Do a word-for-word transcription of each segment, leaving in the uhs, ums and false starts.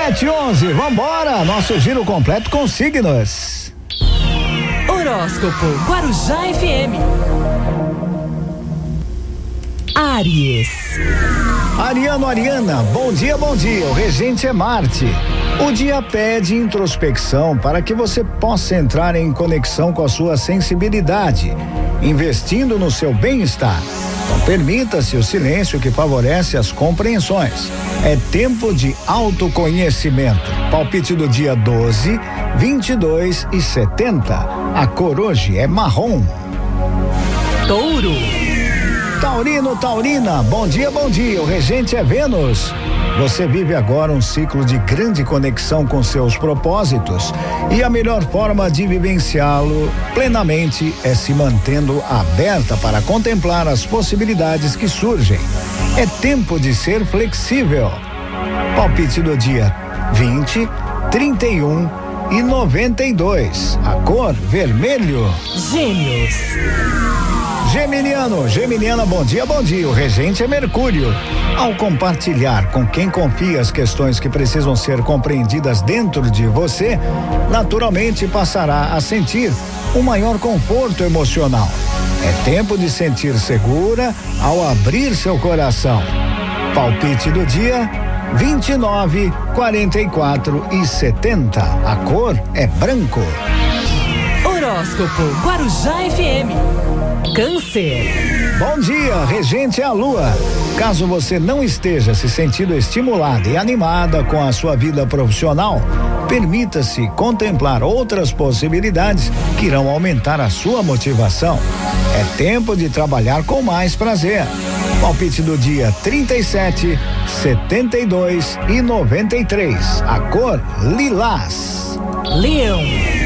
sete e onze, vambora, nosso giro completo com signos. Horóscopo Guarujá F M. Áries. Ariano, Ariana, bom dia, bom dia, o regente é Marte. O dia pede introspecção para que você possa entrar em conexão com a sua sensibilidade, investindo no seu bem-estar. Então permita-se o silêncio que favorece as compreensões. É tempo de autoconhecimento. Palpite do dia doze, vinte e dois e setenta. A cor hoje é marrom. Touro. Taurino, Taurina, bom dia, bom dia, o regente é Vênus. Você vive agora um ciclo de grande conexão com seus propósitos e a melhor forma de vivenciá-lo plenamente é se mantendo aberta para contemplar as possibilidades que surgem. É tempo de ser flexível. Palpite do dia vinte, trinta e um e noventa e dois. A cor vermelho. Gêmeos. Geminiano, Geminiana, bom dia, bom dia, o regente é Mercúrio. Ao compartilhar com quem confia as questões que precisam ser compreendidas dentro de você, naturalmente passará a sentir um maior conforto emocional. É tempo de sentir segura ao abrir seu coração. Palpite do dia vinte e nove, quarenta e quatro e setenta. A cor é branco. Horóscopo Guarujá F M. Câncer. Bom dia, regente é a lua. Caso você não esteja se sentindo estimulada e animada com a sua vida profissional, permita-se contemplar outras possibilidades que irão aumentar a sua motivação. É tempo de trabalhar com mais prazer. Palpite do dia trinta e sete, setenta e dois e noventa e três. A cor lilás. Leão.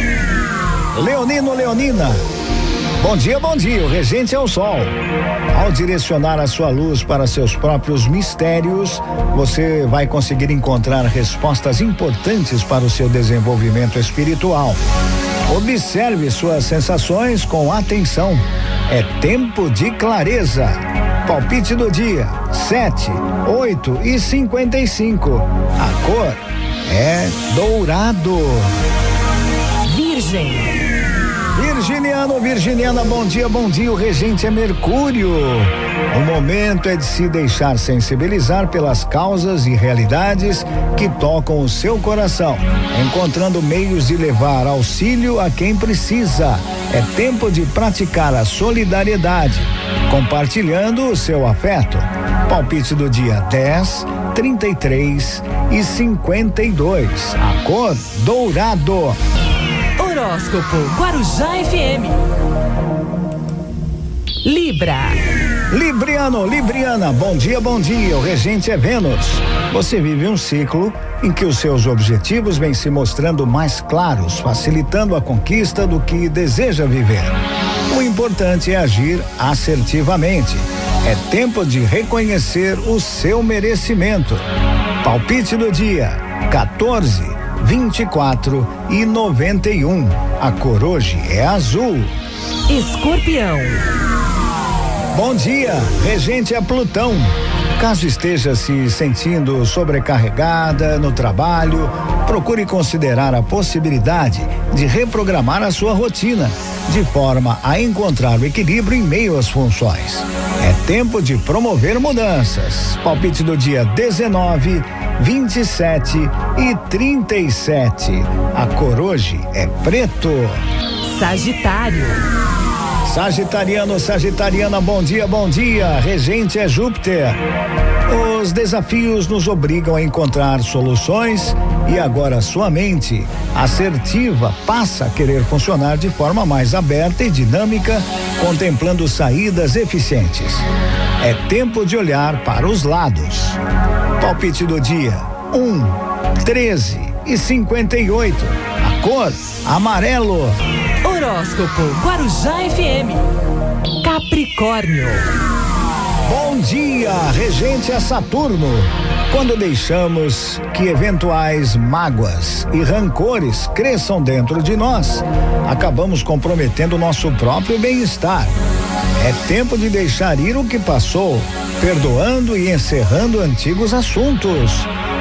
Leonino, Leonina. Bom dia, bom dia, o regente é o sol. Ao direcionar a sua luz para seus próprios mistérios, você vai conseguir encontrar respostas importantes para o seu desenvolvimento espiritual. Observe suas sensações com atenção. É tempo de clareza. Palpite do dia sete, oito e cinquenta e cinco. A cor é dourado. Virgem. Virginiano, Virginiana, bom dia, bom dia, o regente é Mercúrio. O momento é de se deixar sensibilizar pelas causas e realidades que tocam o seu coração, encontrando meios de levar auxílio a quem precisa. É tempo de praticar a solidariedade, compartilhando o seu afeto. Palpite do dia dez, trinta e três e cinquenta e dois. A cor dourado. Horóscopo Guarujá F M. Libra. Libriano, Libriana, bom dia, bom dia, o regente é Vênus. Você vive um ciclo em que os seus objetivos vêm se mostrando mais claros, facilitando a conquista do que deseja viver. O importante é agir assertivamente. É tempo de reconhecer o seu merecimento. Palpite do dia quatorze, vinte e quatro e noventa e um. A cor hoje é azul. Escorpião. Bom dia, regente é Plutão. Caso esteja se sentindo sobrecarregada no trabalho, procure considerar a possibilidade de reprogramar a sua rotina, de forma a encontrar o equilíbrio em meio às funções. É tempo de promover mudanças. Palpite do dia dezenove, vinte e sete e trinta e sete. A cor hoje é preto. Sagitário. Sagitariano, Sagitariana, bom dia, bom dia. Regente é Júpiter. Os desafios nos obrigam a encontrar soluções e agora sua mente assertiva passa a querer funcionar de forma mais aberta e dinâmica, contemplando saídas eficientes. É tempo de olhar para os lados. Palpite do dia um, treze e cinquenta e oito. A cor amarelo. Horóscopo Guarujá F M. Capricórnio. Bom dia, regente é Saturno. Quando deixamos que eventuais mágoas e rancores cresçam dentro de nós, acabamos comprometendo nosso próprio bem-estar. É tempo de deixar ir o que passou, perdoando e encerrando antigos assuntos.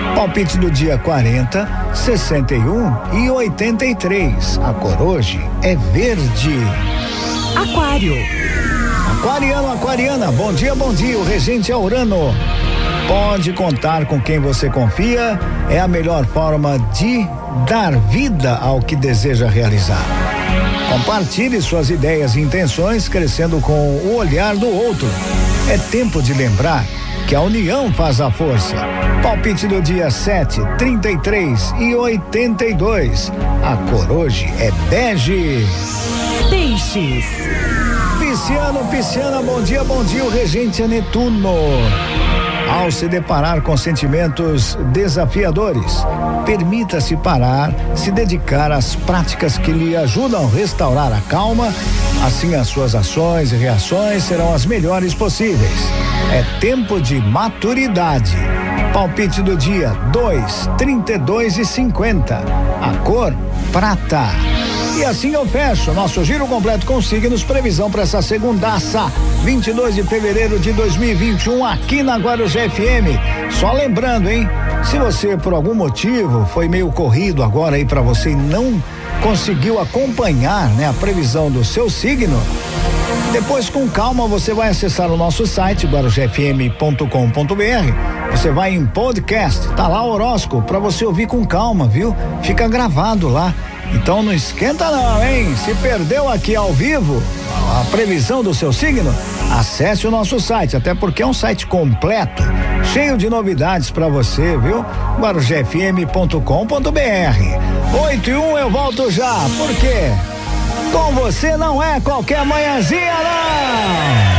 Palpite do dia quarenta, sessenta e um e oitenta e três. A cor hoje é verde. Aquário. Aquariano, aquariana, bom dia, bom dia. O regente é Urano. Pode contar com quem você confia, é a melhor forma de dar vida ao que deseja realizar. Compartilhe suas ideias e intenções, crescendo com o olhar do outro. É tempo de lembrar que a união faz a força. Palpite do dia sete, trinta e três e oitenta e dois. A cor hoje é bege. Peixes. Pisciano, pisciana, bom dia, bom dia. O regente é Netuno. Ao se deparar com sentimentos desafiadores, permita-se parar, se dedicar às práticas que lhe ajudam a restaurar a calma. Assim, as suas ações e reações serão as melhores possíveis. É tempo de maturidade. Palpite do dia dois, trinta e dois e cinquenta. A cor prata. E assim eu fecho nosso giro completo com signos, previsão para essa segundaça, vinte e dois de fevereiro de dois mil e vinte e um, aqui na Guarujá F M. Só lembrando, hein? Se você por algum motivo foi meio corrido agora aí para você e não conseguiu acompanhar, né, a previsão do seu signo, depois com calma você vai acessar o nosso site guarujá f m ponto com ponto b r. Você vai em podcast, tá lá o horóscopo para você ouvir com calma, viu? Fica gravado lá. Então não esquenta não, hein? Se perdeu aqui ao vivo a previsão do seu signo, acesse o nosso site, até porque é um site completo, cheio de novidades para você, viu? guarujá f m ponto com ponto b r. oito e um, eu volto já, porque com você não é qualquer manhãzinha, não!